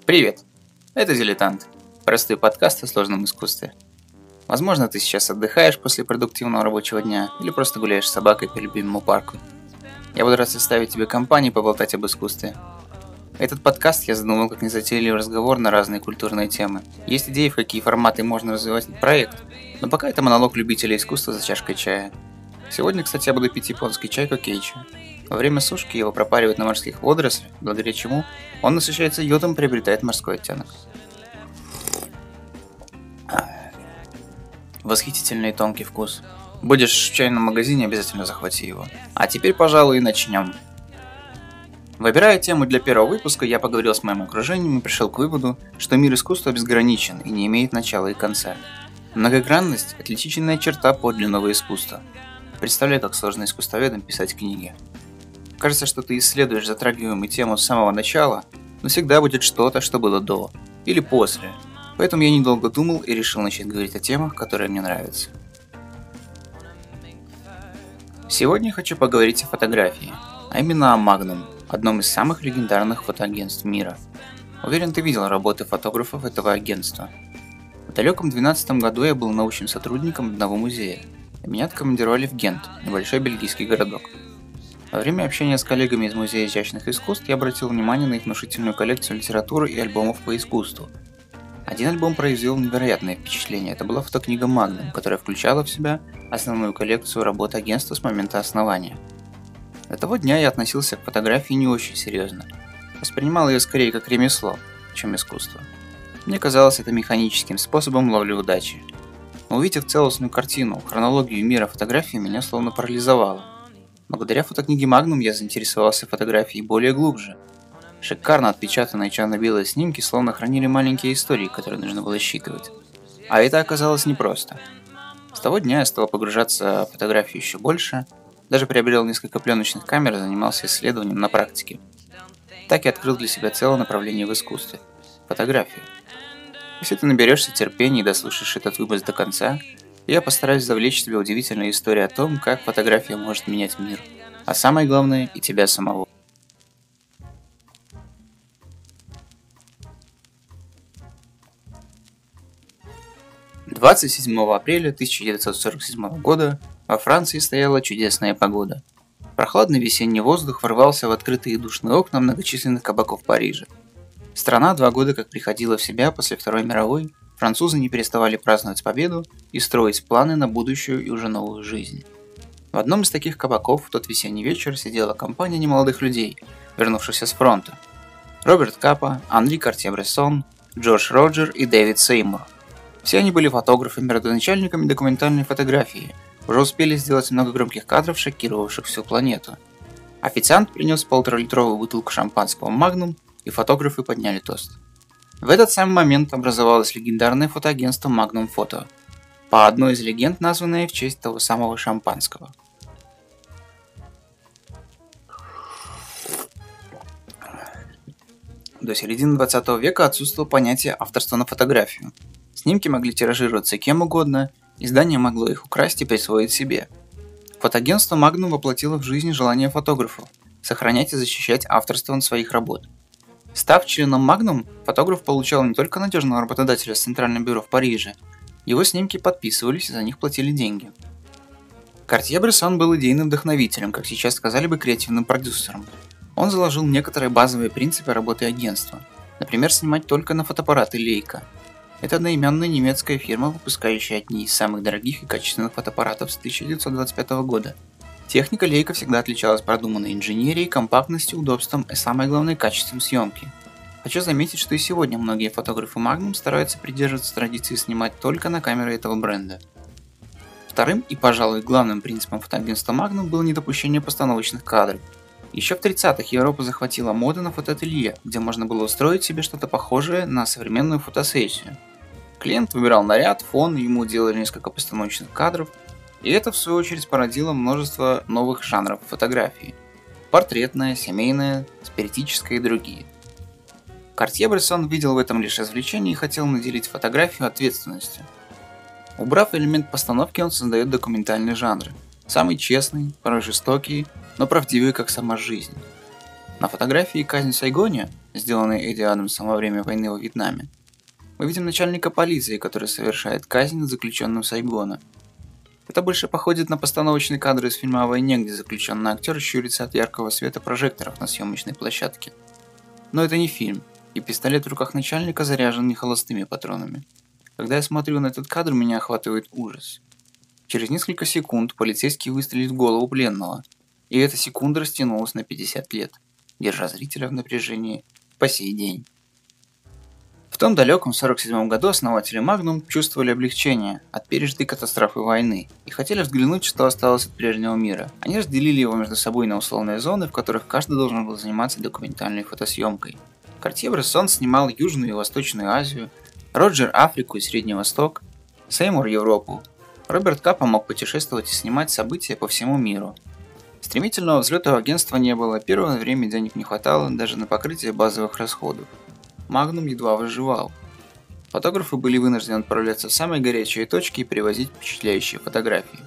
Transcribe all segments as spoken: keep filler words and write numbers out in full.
Привет! Это «Дилетант» – простой подкаст о сложном искусстве. Возможно, ты сейчас отдыхаешь после продуктивного рабочего дня или просто гуляешь с собакой по любимому парку. Я буду рад составить тебе компанию и поболтать об искусстве. Этот подкаст я задумал как незатейливый разговор на разные культурные темы. Есть идеи, в какие форматы можно развивать проект, но пока это монолог любителей искусства за чашкой чая. Сегодня, кстати, я буду пить японский чай кокейчи. Во время сушки его пропаривают на морских водорослях, благодаря чему он насыщается йодом и приобретает морской оттенок. Восхитительный и тонкий вкус. Будешь в чайном магазине, обязательно захвати его. А теперь, пожалуй, начнем. Выбирая тему для первого выпуска, я поговорил с моим окружением и пришел к выводу, что мир искусства безграничен и не имеет начала и конца. Многогранность – отличительная черта подлинного искусства. Представляю, как сложно искусствоведам писать книги. Кажется, что ты исследуешь затрагиваемую тему с самого начала, но всегда будет что-то, что было до или после. Поэтому я недолго думал и решил начать говорить о темах, которые мне нравятся. Сегодня я хочу поговорить о фотографии, а именно о Magnum, одном из самых легендарных фотоагентств мира. Уверен, ты видел работы фотографов этого агентства. В далеком две тысячи двенадцатом году я был научным сотрудником одного музея, и меня откомандировали в Гент, небольшой бельгийский городок. Во время общения с коллегами из Музея изящных искусств я обратил внимание на их внушительную коллекцию литературы и альбомов по искусству. Один альбом произвел невероятное впечатление. Это была фотокнига Magnum, которая включала в себя основную коллекцию работ агентства с момента основания. До того дня я относился к фотографии не очень серьезно. Воспринимал ее скорее как ремесло, чем искусство. Мне казалось это механическим способом ловли удачи. Но увидев целостную картину, хронологию мира фотографии, меня словно парализовало. Благодаря фотокниге Magnum я заинтересовался фотографией более глубже. Шикарно отпечатанные черно-белые снимки словно хранили маленькие истории, которые нужно было считывать. А это оказалось непросто. С того дня я стал погружаться в фотографию еще больше, даже приобрел несколько пленочных камер и занимался исследованием на практике. Так я открыл для себя целое направление в искусстве – фотографию. Если ты наберешься терпения и дослушаешь этот выпуск до конца, я постараюсь завлечь тебя удивительной историей о том, как фотография может менять мир, а самое главное – и тебя самого. двадцать седьмого апреля тысяча девятьсот сорок седьмого года во Франции стояла чудесная погода. Прохладный весенний воздух ворвался в открытые душные окна многочисленных кабаков Парижа. Страна два года как приходила в себя после Второй мировой, французы не переставали праздновать победу и строить планы на будущую и уже новую жизнь. В одном из таких кабаков в тот весенний вечер сидела компания немолодых людей, вернувшихся с фронта. Роберт Капа, Анри Картье-Брессон, Джордж Роджер и Дэвид Сеймур. Все они были фотографами, родоначальниками документальной фотографии, уже успели сделать много громких кадров, шокировавших всю планету. Официант принес полуторалитровую бутылку шампанского Magnum, и фотографы подняли тост. В этот самый момент образовалось легендарное фотоагентство Magnum Photo, по одной из легенд, названное в честь того самого шампанского. До середины двадцатого века отсутствовало понятие авторства на фотографию. Снимки могли тиражироваться кем угодно, издание могло их украсть и присвоить себе. Фотоагентство Magnum воплотило в жизнь желание фотографов сохранять и защищать авторство своих работ. Став членом Magnum, фотограф получал не только надежного работодателя с Центральным бюро в Париже, его снимки подписывались и за них платили деньги. Картье-Брессон был идейным вдохновителем, как сейчас сказали бы креативным продюсером. Он заложил некоторые базовые принципы работы агентства, например, снимать только на фотоаппараты Leica. Это одноименная немецкая фирма, выпускающая одни из самых дорогих и качественных фотоаппаратов с тысяча девятьсот двадцать пятого года. Техника Leica всегда отличалась продуманной инженерией, компактностью, удобством и, самое главное, качеством съемки. Хочу заметить, что и сегодня многие фотографы Magnum стараются придерживаться традиции снимать только на камеры этого бренда. Вторым и, пожалуй, главным принципом фотоагентства Magnum было недопущение постановочных кадров. Еще в тридцатых Европу захватила мода на фотоателье, где можно было устроить себе что-то похожее на современную фотосессию. Клиент выбирал наряд, фон, ему делали несколько постановочных кадров, и это в свою очередь породило множество новых жанров фотографии. Портретная, семейная, спиритическая и другие. Картье-Брессон видел в этом лишь развлечение и хотел наделить фотографию ответственностью. Убрав элемент постановки, он создает документальный жанр. Самый честный, порой жестокий, но правдивый, как сама жизнь. На фотографии «Казнь в Сайгоне», сделанной Эдди Адамсом во время войны во Вьетнаме, мы видим начальника полиции, который совершает казнь над заключенным Сайгона. Это больше походит на постановочные кадры из фильма о войне, где заключенный актер щурится от яркого света прожекторов на съемочной площадке. Но это не фильм, и пистолет в руках начальника заряжен не холостыми патронами. Когда я смотрю на этот кадр, меня охватывает ужас. Через несколько секунд полицейский выстрелит в голову пленного, и эта секунда растянулась на пятьдесят лет, держа зрителя в напряжении по сей день. В том далеком сорок седьмом году основатели Magnum чувствовали облегчение от пережитой катастрофы войны и хотели взглянуть, что осталось от прежнего мира. Они разделили его между собой на условные зоны, в которых каждый должен был заниматься документальной фотосъемкой. Картье-Брессон снимал Южную и Восточную Азию, Роджер – Африку и Средний Восток, Сеймур – Европу. Роберт Капа мог путешествовать и снимать события по всему миру. Стремительного взлета у агентства не было, первое время денег не хватало даже на покрытие базовых расходов. Magnum едва выживал. Фотографы были вынуждены отправляться в самые горячие точки и привозить впечатляющие фотографии.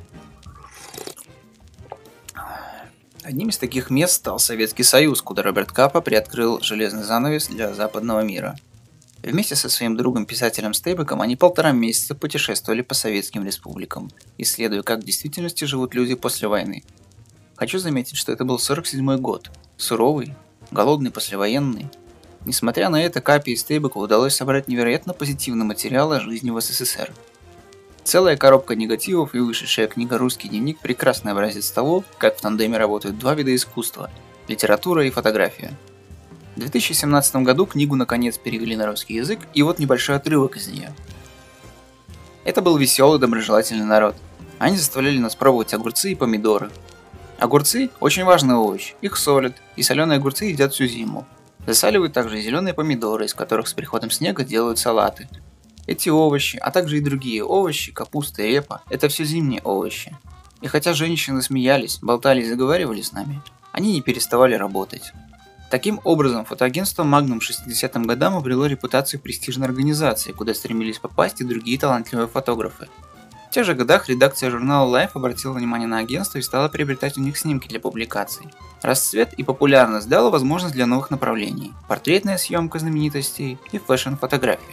Одним из таких мест стал Советский Союз, куда Роберт Капа приоткрыл железный занавес для западного мира. Вместе со своим другом-писателем Стейбеком они полтора месяца путешествовали по советским республикам, исследуя, как в действительности живут люди после войны. Хочу заметить, что это был сорок седьмой год. Суровый, голодный послевоенный. Несмотря на это, Капе и Стейбеку удалось собрать невероятно позитивный материал о жизни в СССР. Целая коробка негативов и вышедшая книга «Русский дневник» – прекрасный образец того, как в тандеме работают два вида искусства – литература и фотография. В две тысячи семнадцатом году книгу наконец перевели на русский язык, и вот небольшой отрывок из нее. Это был веселый, доброжелательный народ. Они заставляли нас пробовать огурцы и помидоры. Огурцы – очень важный овощ, их солят, и соленые огурцы едят всю зиму. Засаливают также и зеленые помидоры, из которых с приходом снега делают салаты. Эти овощи, а также и другие овощи, капуста и репа – это все зимние овощи. И хотя женщины смеялись, болтали и заговаривали с нами, они не переставали работать. Таким образом, фотоагентство Magnum к шестидесятым годам обрело репутацию престижной организации, куда стремились попасть и другие талантливые фотографы. В тех же годах редакция журнала Life обратила внимание на агентство и стала приобретать у них снимки для публикаций. Расцвет и популярность дала возможность для новых направлений – портретная съемка знаменитостей и фэшн-фотография.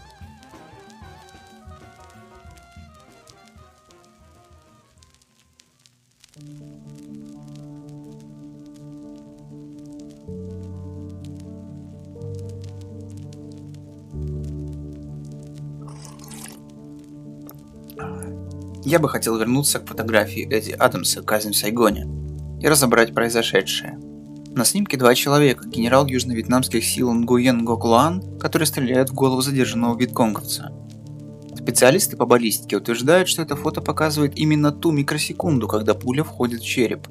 Я бы хотел вернуться к фотографии Эдди Адамса «Казнь в Сайгоне» и разобрать произошедшее. На снимке два человека, генерал южно-вьетнамских сил Нгуен Ngo Клоан, который стреляет в голову задержанного вьетконговца. Специалисты по баллистике утверждают, что это фото показывает именно ту микросекунду, когда пуля входит в череп.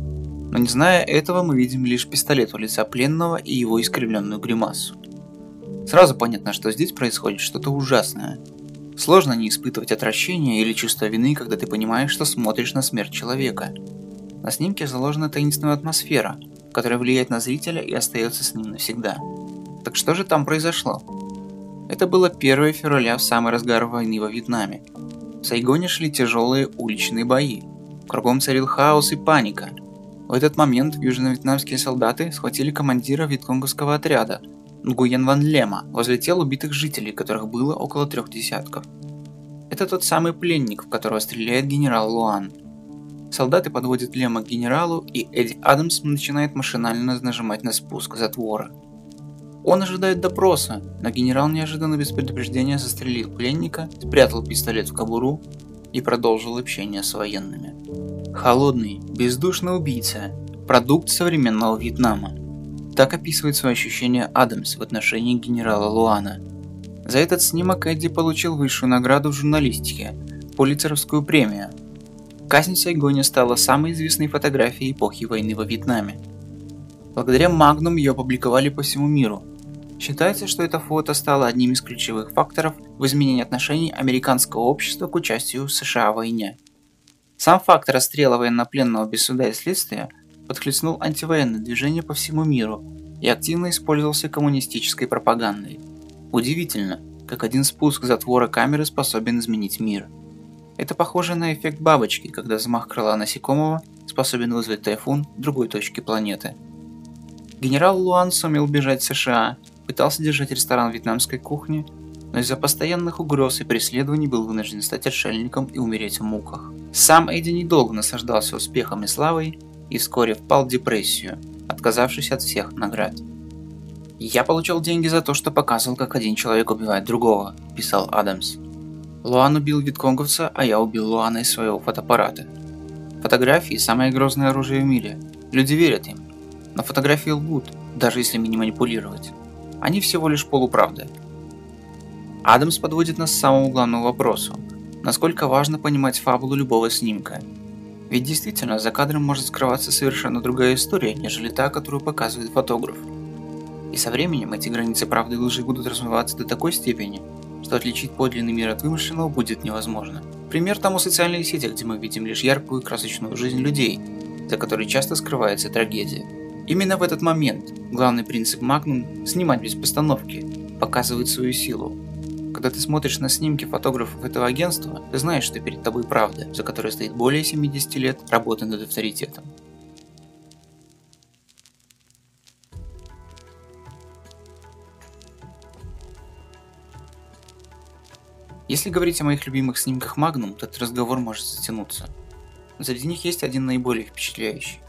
Но не зная этого, мы видим лишь пистолет у лица пленного и его искривленную гримасу. Сразу понятно, что здесь происходит что-то ужасное. Сложно не испытывать отвращения или чувство вины, когда ты понимаешь, что смотришь на смерть человека. На снимке заложена таинственная атмосфера, которая влияет на зрителя и остается с ним навсегда. Так что же там произошло? Это было первое февраля в самый разгар войны во Вьетнаме. В Сайгоне шли тяжелые уличные бои. Кругом царил хаос и паника. В этот момент южно-вьетнамские солдаты схватили командира вьетконговского отряда Нгуен Ван Лема возле тел убитых жителей, которых было около трех десятков. Это тот самый пленник, в которого стреляет генерал Луан. Солдаты подводят Лема к генералу, и Эдди Адамс начинает машинально нажимать на спуск затвора. Он ожидает допроса, но генерал неожиданно без предупреждения застрелил пленника, спрятал пистолет в кобуру и продолжил общение с военными. Холодный, бездушный убийца – продукт современного Вьетнама. Так описывает свои ощущения Адамс в отношении генерала Луана. За этот снимок Эдди получил высшую награду в журналистике – Пулитцеровскую премию. «Казнь в Сайгоне» стала самой известной фотографией эпохи войны во Вьетнаме. Благодаря Magnum ее опубликовали по всему миру. Считается, что это фото стало одним из ключевых факторов в изменении отношений американского общества к участию США в войне. Сам факт расстрела военнопленного без суда и следствия подхлестнул антивоенное движение по всему миру и активно использовался коммунистической пропагандой. Удивительно, как один спуск затвора камеры способен изменить мир. Это похоже на эффект бабочки, когда взмах крыла насекомого способен вызвать тайфун в другой точке планеты. Генерал Луан сумел бежать в США, пытался держать ресторан вьетнамской кухни, но из-за постоянных угроз и преследований был вынужден стать отшельником и умереть в муках. Сам Эдди недолго наслаждался успехом и славой и вскоре впал в депрессию, отказавшись от всех наград. «Я получил деньги за то, что показывал, как один человек убивает другого», – писал Адамс. «Луан убил вьетконговца, а я убил Луана из своего фотоаппарата. Фотографии – самое грозное оружие в мире. Люди верят им. Но фотографии лгут, даже если ими не манипулировать. Они всего лишь полуправда». Адамс подводит нас к самому главному вопросу. Насколько важно понимать фабулу любого снимка? Ведь действительно, за кадром может скрываться совершенно другая история, нежели та, которую показывает фотограф. И со временем эти границы правды и лжи будут развиваться до такой степени, что отличить подлинный мир от вымышленного будет невозможно. Пример тому социальные сети, где мы видим лишь яркую и красочную жизнь людей, за которой часто скрывается трагедия. Именно в этот момент главный принцип Magnum – снимать без постановки – показывает свою силу. Когда ты смотришь на снимки фотографов этого агентства, ты знаешь, что перед тобой правда, за которой стоит более семидесяти лет работы над авторитетом. Если говорить о моих любимых снимках Magnum, то этот разговор может затянуться. Но среди них есть один наиболее впечатляющий.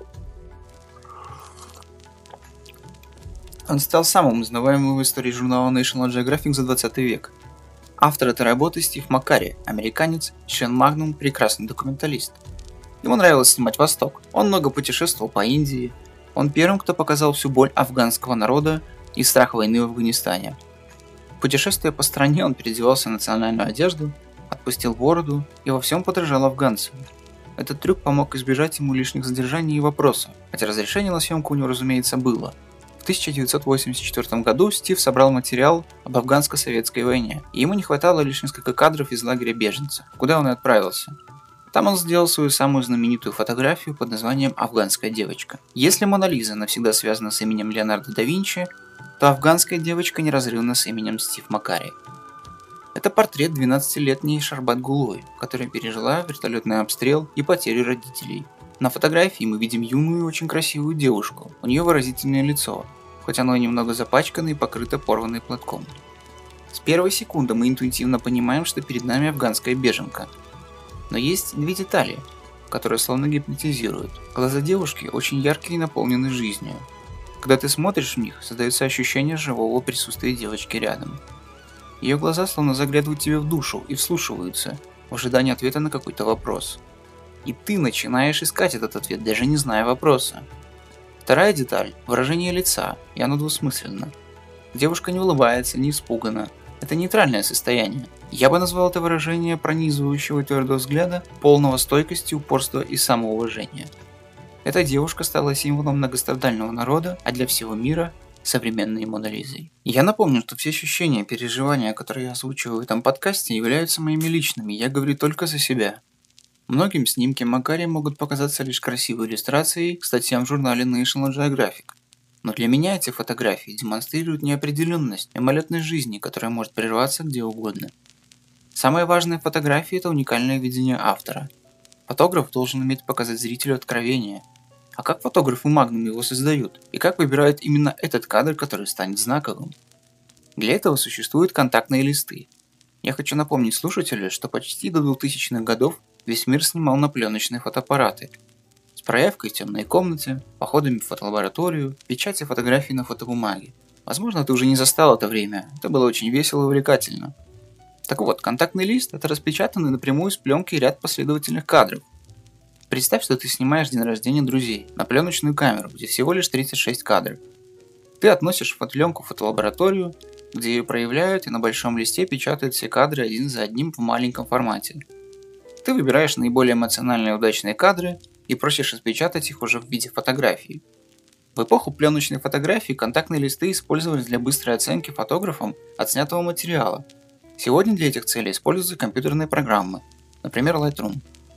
Он стал самым узнаваемым в истории журнала National Geographic за двадцатый век. Автор этой работы Стив Маккари, американец, член Magnum, прекрасный документалист. Ему нравилось снимать Восток. Он много путешествовал по Индии. Он первым, кто показал всю боль афганского народа и страх войны в Афганистане. Путешествуя по стране, он переодевался в национальную одежду, отпустил бороду и во всем подражал афганцам. Этот трюк помог избежать ему лишних задержаний и вопросов, хотя разрешение на съемку у него, разумеется, было. В тысяча девятьсот восемьдесят четвёртом году Стив собрал материал об афганско-советской войне, и ему не хватало лишь несколько кадров из лагеря беженцев, куда он и отправился. Там он сделал свою самую знаменитую фотографию под названием «Афганская девочка». Если Мона Лиза навсегда связана с именем Леонардо да Винчи, то афганская девочка неразрывна с именем Стив Маккари. Это портрет двенадцатилетней Шарбат Гулой, которая пережила вертолетный обстрел и потерю родителей. На фотографии мы видим юную и очень красивую девушку, у нее выразительное лицо, хоть оно и немного запачкано и покрыто порванным платком. С первой секунды мы интуитивно понимаем, что перед нами афганская беженка. Но есть две детали, которые словно гипнотизируют. Глаза девушки очень яркие и наполнены жизнью. Когда ты смотришь в них, создается ощущение живого присутствия девочки рядом. Ее глаза словно заглядывают тебе в душу и вслушиваются, в ожидании ответа на какой-то вопрос. И ты начинаешь искать этот ответ, даже не зная вопроса. Вторая деталь – выражение лица, и оно двусмысленно. Девушка не улыбается, не испугана. Это нейтральное состояние. Я бы назвал это выражение пронизывающего твердого взгляда, полного стойкости, упорства и самоуважения. Эта девушка стала символом многострадального народа, а для всего мира – современной Моной Лизой. Я напомню, что все ощущения и переживания, которые я озвучиваю в этом подкасте, являются моими личными, я говорю только за себя. Многим снимки Маккари могут показаться лишь красивой иллюстрацией к статьям в журнале National Geographic. Но для меня эти фотографии демонстрируют неопределенность, мимолетность жизни, которая может прерваться где угодно. Самое важное в фотографии – это уникальное видение автора. Фотограф должен уметь показать зрителю откровение. А как фотографы Magnum его создают? И как выбирают именно этот кадр, который станет знаковым? Для этого существуют контактные листы. Я хочу напомнить слушателю, что почти до двухтысячных годов весь мир снимал на пленочные фотоаппараты. С проявкой в темной комнате, походами в фотолабораторию, печати фотографий на фотобумаге. Возможно, ты уже не застал это время, это было очень весело и увлекательно. Так вот, контактный лист – это распечатанный напрямую с пленки ряд последовательных кадров. Представь, что ты снимаешь день рождения друзей на пленочную камеру, где всего лишь тридцать шесть кадров. Ты относишь фотопленку в фотолабораторию, где ее проявляют и на большом листе печатают все кадры один за одним в маленьком формате. Ты выбираешь наиболее эмоциональные и удачные кадры и просишь распечатать их уже в виде фотографий. В эпоху пленочной фотографии контактные листы использовались для быстрой оценки фотографом отснятого материала. Сегодня для этих целей используются компьютерные программы, например Lightroom.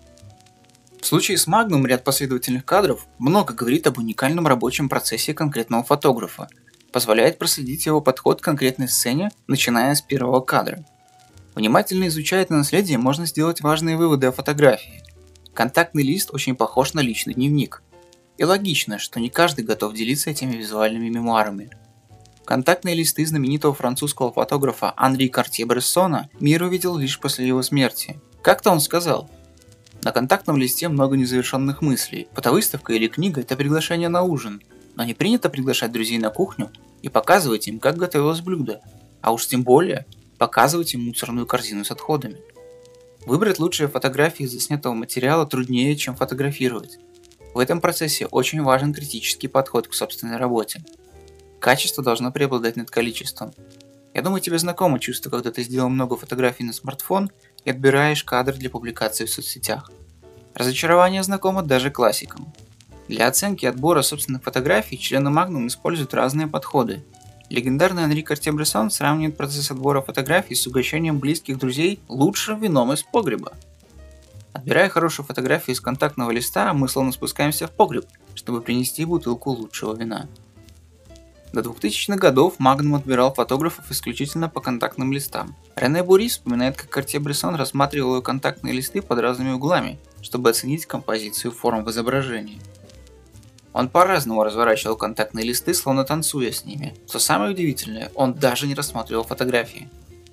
В случае с Magnum ряд последовательных кадров много говорит об уникальном рабочем процессе конкретного фотографа, позволяет проследить его подход к конкретной сцене, начиная с первого кадра. Внимательно изучая это наследие, можно сделать важные выводы о фотографии. Контактный лист очень похож на личный дневник. И логично, что не каждый готов делиться этими визуальными мемуарами. Контактные листы знаменитого французского фотографа Анри Картье-Брессона мир увидел лишь после его смерти. Как-то он сказал: «На контактном листе много незавершенных мыслей. Фотовыставка или книга – это приглашение на ужин. Но не принято приглашать друзей на кухню и показывать им, как готовилось блюдо. А уж тем более показывать им мусорную корзину с отходами». Выбрать лучшие фотографии из заснятого материала труднее, чем фотографировать. В этом процессе очень важен критический подход к собственной работе. Качество должно преобладать над количеством. Я думаю, тебе знакомо чувство, когда ты сделал много фотографий на смартфон и отбираешь кадр для публикации в соцсетях. Разочарование знакомо даже классикам. Для оценки и отбора собственных фотографий члены Magnum используют разные подходы. Легендарный Анри Картье-Брессон сравнивает процесс отбора фотографий с угощением близких друзей лучшим вином из погреба. Отбирая хорошую фотографию из контактного листа, мы словно спускаемся в погреб, чтобы принести бутылку лучшего вина. До двухтысячных годов Magnum отбирал фотографов исключительно по контактным листам. Рене Бури вспоминает, как Картье-Брессон рассматривал его контактные листы под разными углами, чтобы оценить композицию форм в изображении. Он по-разному разворачивал контактные листы, словно танцуя с ними. Что самое удивительное, он даже не рассматривал фотографии.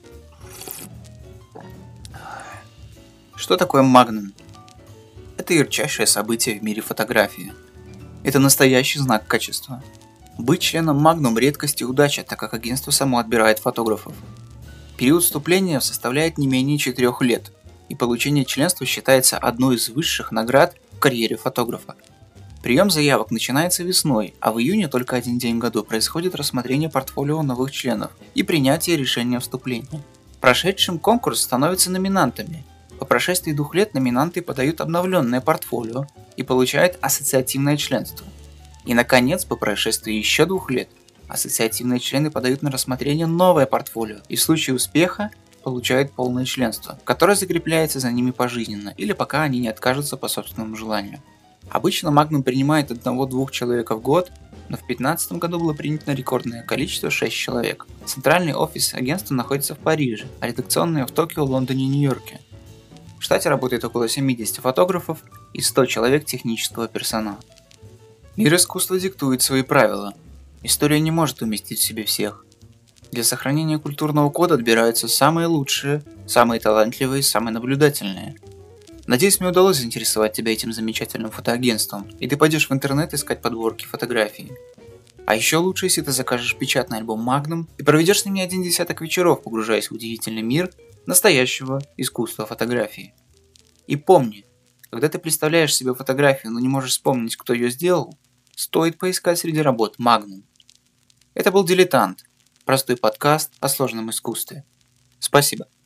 Что такое Magnum? Это ярчайшее событие в мире фотографии. Это настоящий знак качества. Быть членом Magnum – редкость и удача, так как агентство само отбирает фотографов. Период вступления составляет не менее четырёх лет, и получение членства считается одной из высших наград в карьере фотографа. Прием заявок начинается весной, а в июне только один день в году происходит рассмотрение портфолио новых членов и принятие решения вступления. Прошедшим конкурс становятся номинантами. По прошествии двух лет номинанты подают обновленное портфолио и получают ассоциативное членство. И, наконец, по прошествии еще двух лет, ассоциативные члены подают на рассмотрение новое портфолио и в случае успеха получают полное членство, которое закрепляется за ними пожизненно или пока они не откажутся по собственному желанию. Обычно Magnum принимает одного-двух человек в год, но в две тысячи пятнадцатом году было принято рекордное количество шесть человек. Центральный офис агентства находится в Париже, а редакционные в Токио, Лондоне и Нью-Йорке. В штате работает около семидесяти фотографов и ста человек технического персонала. Мир искусства диктует свои правила. История не может уместить в себе всех. Для сохранения культурного кода отбираются самые лучшие, самые талантливые, самые наблюдательные. Надеюсь, мне удалось заинтересовать тебя этим замечательным фотоагентством, и ты пойдешь в интернет искать подборки фотографий. А еще лучше, если ты закажешь печатный альбом Magnum и проведешь с ним не один десяток вечеров, погружаясь в удивительный мир настоящего искусства фотографии. И помни, когда ты представляешь себе фотографию, но не можешь вспомнить, кто ее сделал, стоит поискать среди работ Magnum. Это был «Дилетант», простой подкаст о сложном искусстве. Спасибо.